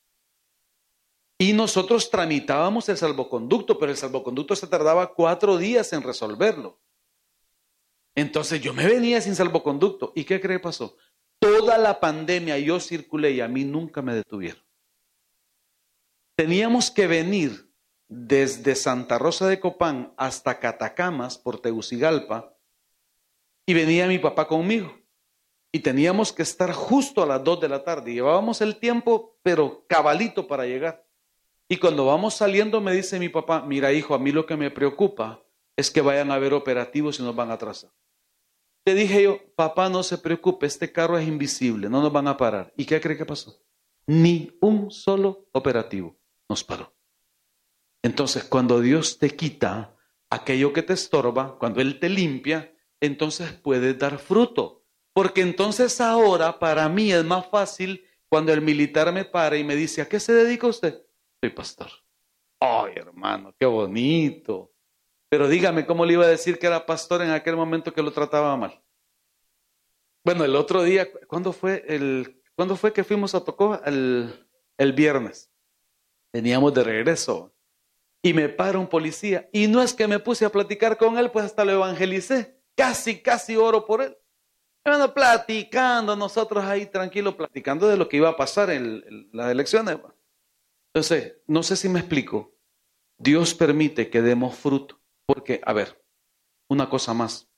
Y nosotros tramitábamos el salvoconducto, pero el salvoconducto se tardaba cuatro días en resolverlo. Entonces yo me venía sin salvoconducto. ¿Y qué cree pasó? Toda la pandemia yo circulé y a mí nunca me detuvieron. Teníamos que venir desde Santa Rosa de Copán hasta Catacamas por Tegucigalpa y venía mi papá conmigo. Y teníamos que estar justo a las dos de la tarde. Llevábamos el tiempo, pero cabalito para llegar. Y cuando vamos saliendo me dice mi papá, mira hijo, a mí lo que me preocupa es que vayan a haber operativos y nos van a atrasar. Le dije yo, papá, no se preocupe, este carro es invisible, no nos van a parar. ¿Y qué cree que pasó? Ni un solo operativo nos paró. Entonces, cuando Dios te quita aquello que te estorba, cuando Él te limpia, entonces puedes dar fruto. Porque entonces ahora para mí es más fácil cuando el militar me para y me dice, ¿a qué se dedica usted? Soy pastor. Ay, hermano, qué bonito. Pero dígame, ¿cómo le iba a decir que era pastor en aquel momento que lo trataba mal? Bueno, el otro día, ¿cuándo fue, el, ¿cuándo fue que fuimos a Tocoa? El, el viernes. Teníamos de regreso. Y me para un policía. Y no es que me puse a platicar con él, pues hasta lo evangelicé. Casi, casi oro por él. Hermano, platicando, nosotros ahí tranquilos, platicando de lo que iba a pasar en, en las elecciones. Entonces, no sé si me explico. Dios permite que demos fruto. Porque, a ver, una cosa más.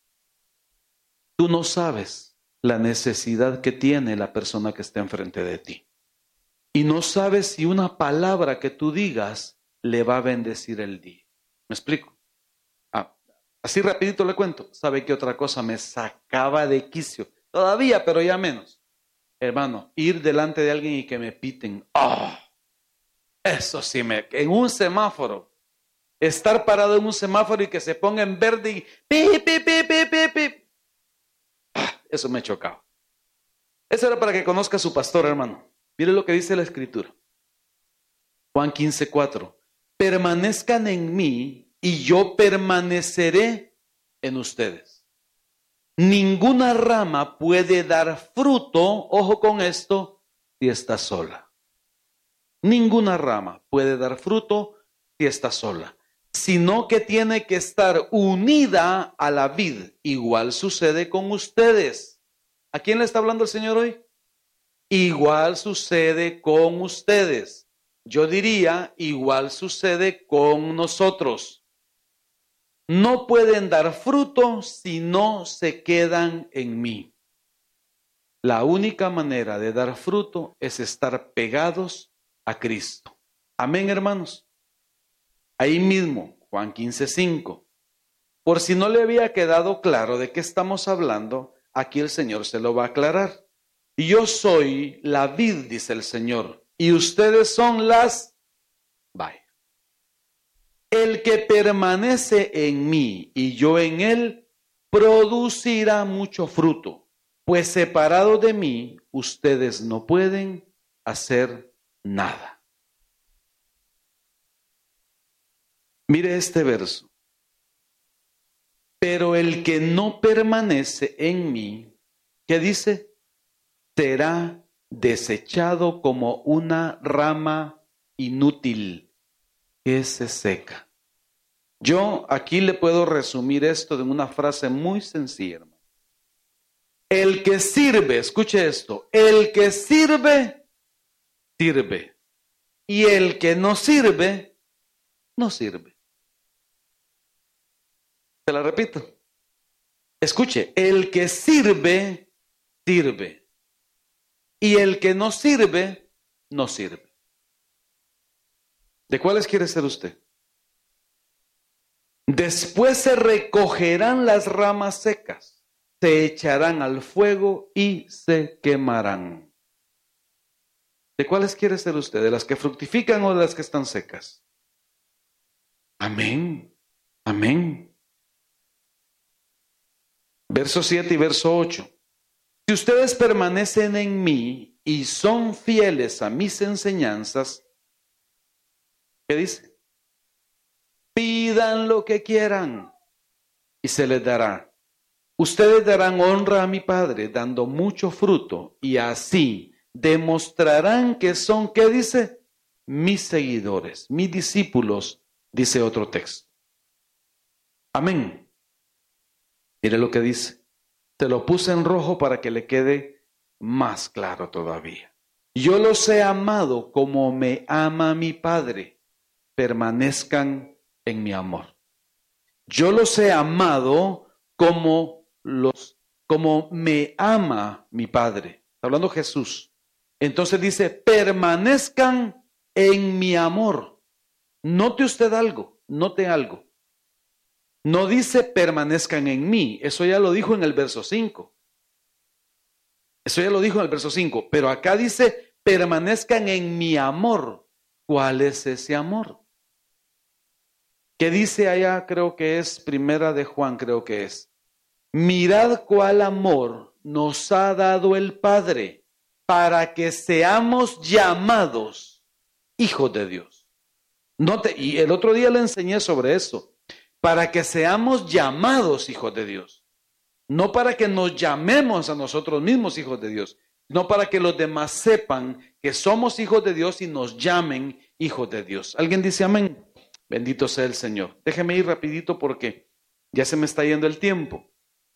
Tú no sabes la necesidad que tiene la persona que está enfrente de ti. Y no sabes si una palabra que tú digas le va a bendecir el día. ¿Me explico? Ah, así rapidito le cuento. ¿Sabe qué otra cosa me sacaba de quicio? Todavía, pero ya menos. Hermano, ir delante de alguien y que me piten. ¡Oh! Eso sí me... En un semáforo. Estar parado en un semáforo y que se ponga en verde y... ¡Pi, pi, pi, pi, pi, pi! Ah, eso me chocaba. Eso era para que conozca a su pastor, hermano. Mire lo que dice la Escritura. Juan quince, cuatro. Permanezcan en mí y yo permaneceré en ustedes. Ninguna rama puede dar fruto, ojo con esto, si está sola. Ninguna rama puede dar fruto si está sola, sino que tiene que estar unida a la vid. Igual sucede con ustedes. ¿A quién le está hablando el Señor hoy? Igual sucede con ustedes. Yo diría, igual sucede con nosotros. No pueden dar fruto si no se quedan en mí. La única manera de dar fruto es estar pegados a Cristo. Amén, hermanos. Ahí mismo, Juan quince, cinco. Por si no le había quedado claro de qué estamos hablando, aquí el Señor se lo va a aclarar. Yo soy la vid, dice el Señor, y ustedes son las... Vaya. El que permanece en mí y yo en él, producirá mucho fruto, pues separado de mí, ustedes no pueden hacer nada. Mire este verso. Pero el que no permanece en mí, ¿qué dice? Será desechado como una rama inútil que se seca. Yo aquí le puedo resumir esto de una frase muy sencilla, hermano. El que sirve, escuche esto, el que sirve, sirve. Y el que no sirve, no sirve. Se la repito. Escuche, el que sirve, sirve. Y el que no sirve, no sirve. ¿De cuáles quiere ser usted? Después se recogerán las ramas secas, se echarán al fuego y se quemarán. ¿De cuáles quiere ser usted? ¿De las que fructifican o de las que están secas? Amén, amén. Verso siete y verso ocho. Si ustedes permanecen en mí y son fieles a mis enseñanzas, ¿qué dice? Pidan lo que quieran y se les dará. Ustedes darán honra a mi Padre dando mucho fruto y así demostrarán que son, ¿qué dice? Mis seguidores, mis discípulos, dice otro texto. Amén. Mire lo que dice. Te lo puse en rojo para que le quede más claro todavía. Yo los he amado como me ama mi Padre. Permanezcan en mi amor. Yo los he amado como los, como me ama mi Padre. Está hablando Jesús. Entonces dice, permanezcan en mi amor. Note usted algo, note algo. No dice permanezcan en mí. Eso ya lo dijo en el verso cinco. Eso ya lo dijo en el verso cinco. Pero acá dice permanezcan en mi amor. ¿Cuál es ese amor? ¿Qué dice allá? Creo que es Primera de Juan, creo que es. Mirad cuál amor nos ha dado el Padre para que seamos llamados hijos de Dios. Note, y el otro día le enseñé sobre eso. Para que seamos llamados hijos de Dios. No para que nos llamemos a nosotros mismos hijos de Dios. No para que los demás sepan que somos hijos de Dios y nos llamen hijos de Dios. ¿Alguien dice amén? Bendito sea el Señor. Déjeme ir rapidito porque ya se me está yendo el tiempo.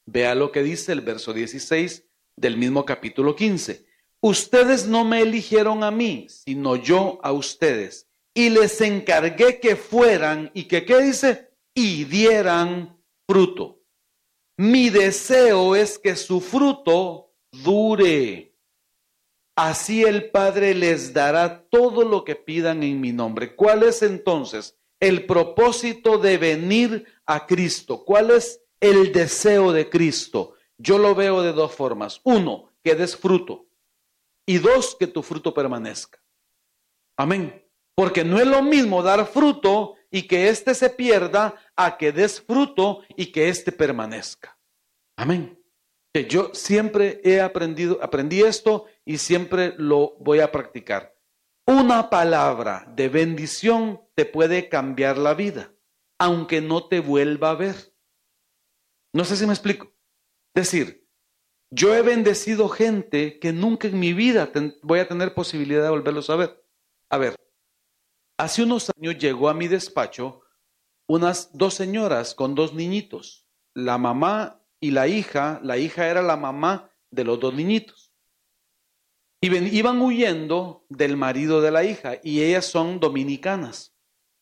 Vea lo que dice el verso dieciséis del mismo capítulo quince. Ustedes no me eligieron a mí, sino yo a ustedes. Y les encargué que fueran y que, ¿qué dice? Y dieran fruto. Mi deseo es que su fruto dure. Así el Padre les dará todo lo que pidan en mi nombre. ¿Cuál es entonces el propósito de venir a Cristo? ¿Cuál es el deseo de Cristo? Yo lo veo de dos formas. Uno, que des fruto. Y dos, que tu fruto permanezca. Amén. Porque no es lo mismo dar fruto y que éste se pierda a que des fruto y que éste permanezca. Amén. Que yo siempre he aprendido, aprendí esto y siempre lo voy a practicar. Una palabra de bendición te puede cambiar la vida, aunque no te vuelva a ver. No sé si me explico. Es decir, yo he bendecido gente que nunca en mi vida ten, voy a tener posibilidad de volverlos a ver. A ver, hace unos años llegó a mi despacho unas dos señoras con dos niñitos, la mamá y la hija. La hija era la mamá de los dos niñitos. Y ven, iban huyendo del marido de la hija y ellas son dominicanas.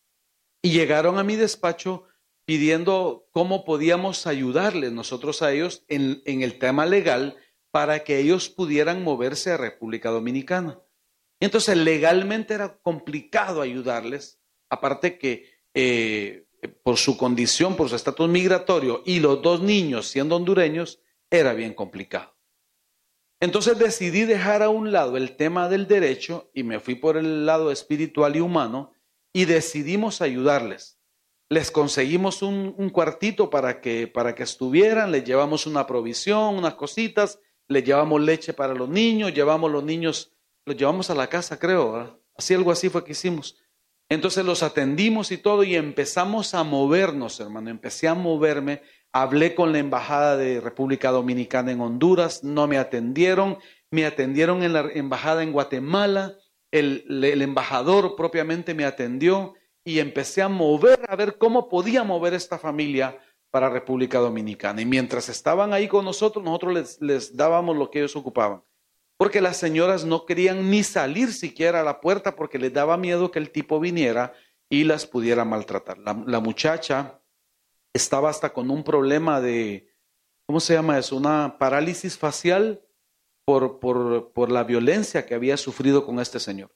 Y llegaron a mi despacho pidiendo cómo podíamos ayudarles nosotros a ellos en, en el tema legal para que ellos pudieran moverse a República Dominicana. Y entonces legalmente era complicado ayudarles, aparte que eh, por su condición, por su estatus migratorio y los dos niños siendo hondureños, era bien complicado. Entonces decidí dejar a un lado el tema del derecho y me fui por el lado espiritual y humano y decidimos ayudarles. Les conseguimos un, un cuartito para que, para que estuvieran, les llevamos una provisión, unas cositas, les llevamos leche para los niños, llevamos los niños, los llevamos a la casa, creo, ¿verdad? Así algo así fue que hicimos. Entonces los atendimos y todo y empezamos a movernos, hermano. Empecé a moverme, hablé con la embajada de República Dominicana en Honduras, no me atendieron, me atendieron en la embajada en Guatemala, el, el embajador propiamente me atendió y empecé a mover, a ver cómo podía mover esta familia para República Dominicana. Y mientras estaban ahí con nosotros, nosotros les, les dábamos lo que ellos ocupaban. Porque las señoras no querían ni salir siquiera a la puerta porque les daba miedo que el tipo viniera y las pudiera maltratar. La, la muchacha estaba hasta con un problema de, ¿cómo se llama eso? Una parálisis facial por, por, por la violencia que había sufrido con este señor.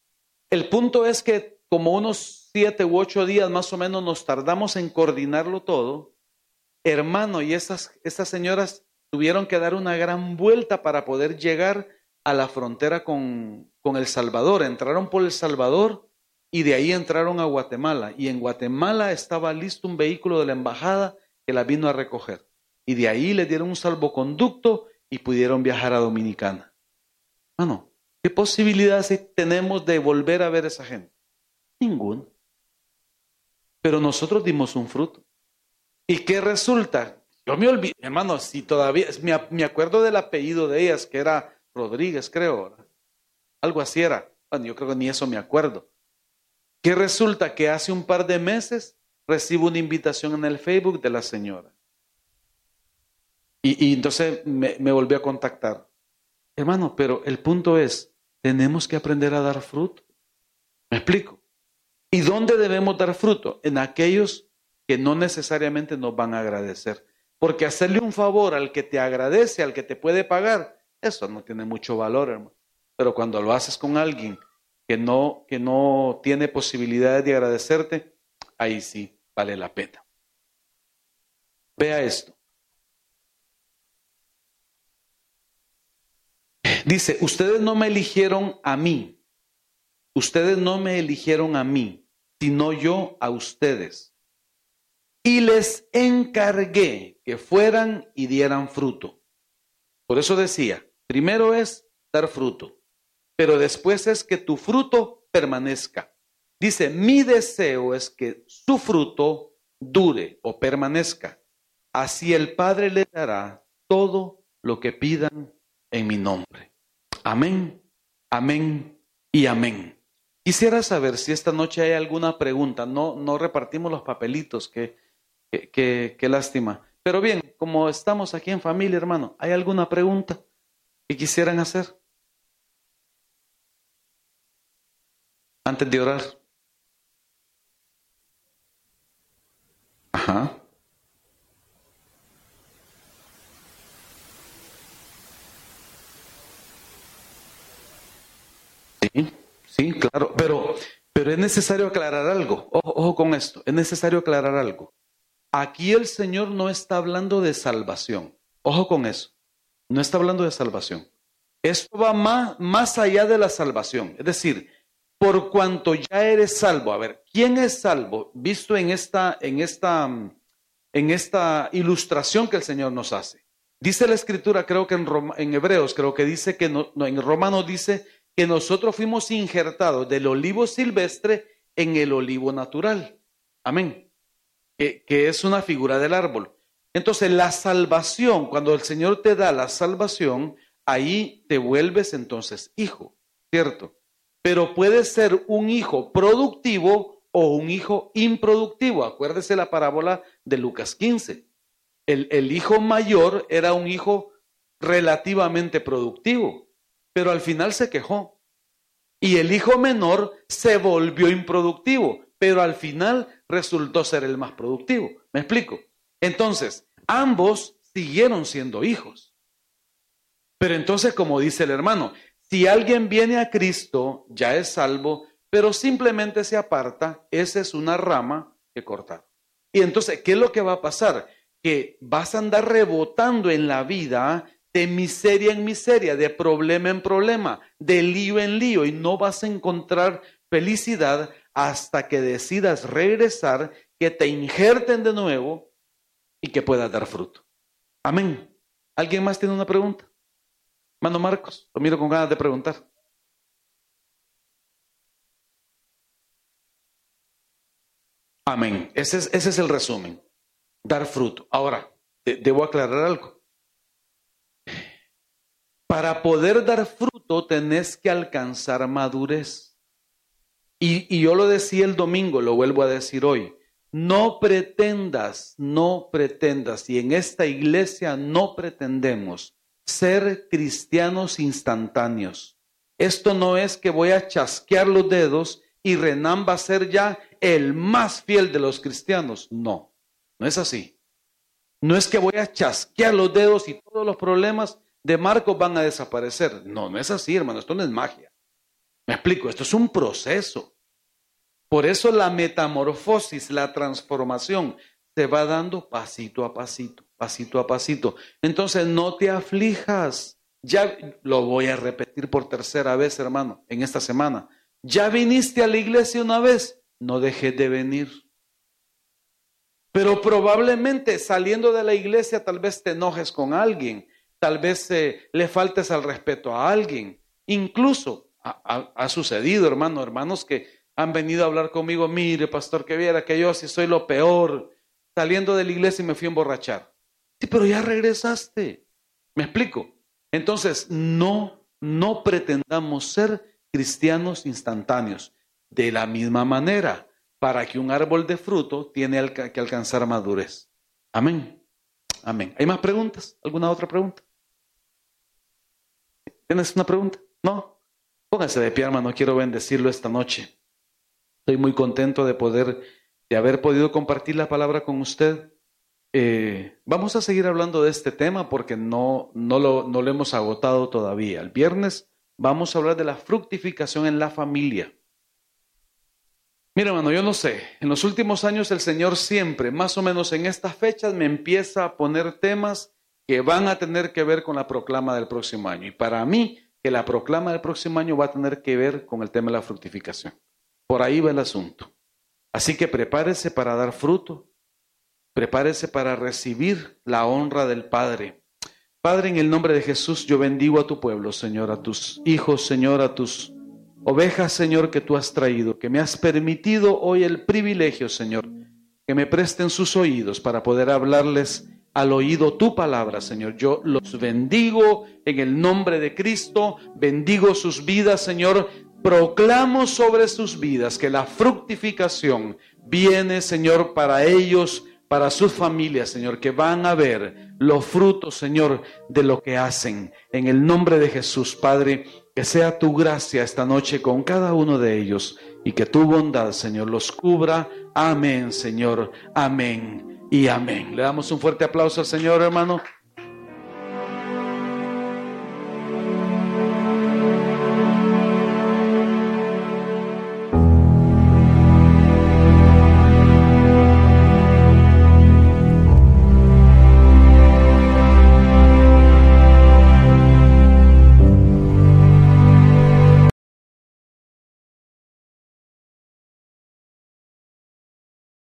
El punto es que como unos siete u ocho días más o menos nos tardamos en coordinarlo todo, hermano, y esas, esas señoras tuvieron que dar una gran vuelta para poder llegar a la frontera con, con El Salvador. Entraron por El Salvador y de ahí entraron a Guatemala. Y en Guatemala estaba listo un vehículo de la embajada que la vino a recoger. Y de ahí le dieron un salvoconducto y pudieron viajar a Dominicana. Bueno, ¿qué posibilidades tenemos de volver a ver a esa gente? Ninguna. Pero nosotros dimos un fruto. ¿Y qué resulta? Yo me olvidé, hermano, si todavía, me, me acuerdo del apellido de ellas, que era Rodríguez, creo, ¿verdad? Algo así era. Bueno, yo creo que ni eso me acuerdo. ¿Qué resulta? Que hace un par de meses recibo una invitación en el Facebook de la señora. Y, y entonces me, me volvió a contactar. Hermano, pero el punto es, tenemos que aprender a dar fruto. ¿Me explico? ¿Y dónde debemos dar fruto? En aquellos que no necesariamente nos van a agradecer. Porque hacerle un favor al que te agradece, al que te puede pagar, eso no tiene mucho valor, hermano. Pero cuando lo haces con alguien que no, que no tiene posibilidades de agradecerte, ahí sí vale la pena. Vea esto. Dice, ustedes no me eligieron a mí. Ustedes no me eligieron a mí, sino yo a ustedes. Y les encargué que fueran y dieran fruto. Por eso decía, primero es dar fruto, pero después es que tu fruto permanezca. Dice, mi deseo es que su fruto dure o permanezca. Así el Padre le dará todo lo que pidan en mi nombre. Amén, amén y amén. Quisiera saber si esta noche hay alguna pregunta. No, no repartimos los papelitos, que Qué, qué, qué lástima. Pero bien, como estamos aquí en familia, hermano, ¿hay alguna pregunta que quisieran hacer antes de orar? Ajá. Sí, sí, claro, pero, pero es necesario aclarar algo. Ojo, ojo con esto, es necesario aclarar algo. Aquí el Señor no está hablando de salvación. Ojo con eso. No está hablando de salvación. Esto va más, más allá de la salvación. Es decir, por cuanto ya eres salvo. A ver, ¿quién es salvo? Visto en esta, en esta, en esta ilustración que el Señor nos hace. Dice la Escritura, creo que en, Roma, en Hebreos, creo que dice que no, no, en Romanos dice que nosotros fuimos injertados del olivo silvestre en el olivo natural. Amén. Que, que es una figura del árbol. Entonces, la salvación, cuando el Señor te da la salvación, ahí te vuelves entonces hijo, ¿cierto? Pero puede ser un hijo productivo o un hijo improductivo. Acuérdese la parábola de Lucas quince. El, el hijo mayor era un hijo relativamente productivo, pero al final se quejó. Y el hijo menor se volvió improductivo, pero al final resultó ser el más productivo. ¿Me explico? Entonces, ambos siguieron siendo hijos. Pero entonces, como dice el hermano, si alguien viene a Cristo, ya es salvo, pero simplemente se aparta, esa es una rama que cortar. Y entonces, ¿qué es lo que va a pasar? Que vas a andar rebotando en la vida de miseria en miseria, de problema en problema, de lío en lío, y no vas a encontrar felicidad hasta que decidas regresar, que te injerten de nuevo y que puedas dar fruto. Amén. ¿Alguien más tiene una pregunta? Mano Marcos, lo miro con ganas de preguntar. Amén. Ese es, ese es el resumen. Dar fruto. Ahora, de, debo aclarar algo. Para poder dar fruto tenés que alcanzar madurez. Y, y yo lo decía el domingo, lo vuelvo a decir hoy. No pretendas, no pretendas, y en esta iglesia no pretendemos ser cristianos instantáneos. Esto no es que voy a chasquear los dedos y Renan va a ser ya el más fiel de los cristianos. No, no es así. No es que voy a chasquear los dedos y todos los problemas de Marcos van a desaparecer. No, no es así, hermano. Esto no es magia. Me explico, esto es un proceso. Por eso la metamorfosis, la transformación, se va dando pasito a pasito, pasito a pasito. Entonces no te aflijas. Ya lo voy a repetir por tercera vez, hermano, en esta semana. Ya viniste a la iglesia una vez, no dejes de venir. Pero probablemente saliendo de la iglesia tal vez te enojes con alguien, tal vez eh, le faltes al respeto a alguien. Incluso ha, ha, ha sucedido, hermano, hermanos que han venido a hablar conmigo, mire, pastor, que viera que yo sí soy lo peor, saliendo de la iglesia y me fui a emborrachar. Sí, pero ya regresaste. ¿Me explico? Entonces, no, no pretendamos ser cristianos instantáneos. De la misma manera, para que un árbol de fruto tiene que alcanzar madurez. Amén. Amén. ¿Hay más preguntas? ¿Alguna otra pregunta? ¿Tienes una pregunta? ¿No? Póngase de pie, hermano. Quiero bendecirlo esta noche. Estoy muy contento de poder, de haber podido compartir la palabra con usted. Eh, vamos a seguir hablando de este tema porque no, no, lo, no lo hemos agotado todavía. El viernes vamos a hablar de la fructificación en la familia. Mira, hermano, yo no sé, en los últimos años el Señor siempre, más o menos en estas fechas, me empieza a poner temas que van a tener que ver con la proclama del próximo año. Y para mí, que la proclama del próximo año va a tener que ver con el tema de la fructificación. Por ahí va el asunto. Así que prepárese para dar fruto. Prepárese para recibir la honra del Padre. Padre, en el nombre de Jesús, yo bendigo a tu pueblo, Señor, a tus hijos, Señor, a tus ovejas, Señor, que tú has traído, que me has permitido hoy el privilegio, Señor, que me presten sus oídos para poder hablarles al oído tu palabra, Señor. Yo los bendigo en el nombre de Cristo, bendigo sus vidas, Señor. Proclamo sobre sus vidas que la fructificación viene, Señor, para ellos para sus familias, Señor, que van a ver los frutos, Señor, de lo que hacen. En el nombre de Jesús, Padre, que sea tu gracia esta noche con cada uno de ellos y que tu bondad, Señor, los cubra. Amén, Señor. Amén y amén. Le damos un fuerte aplauso al Señor, hermano.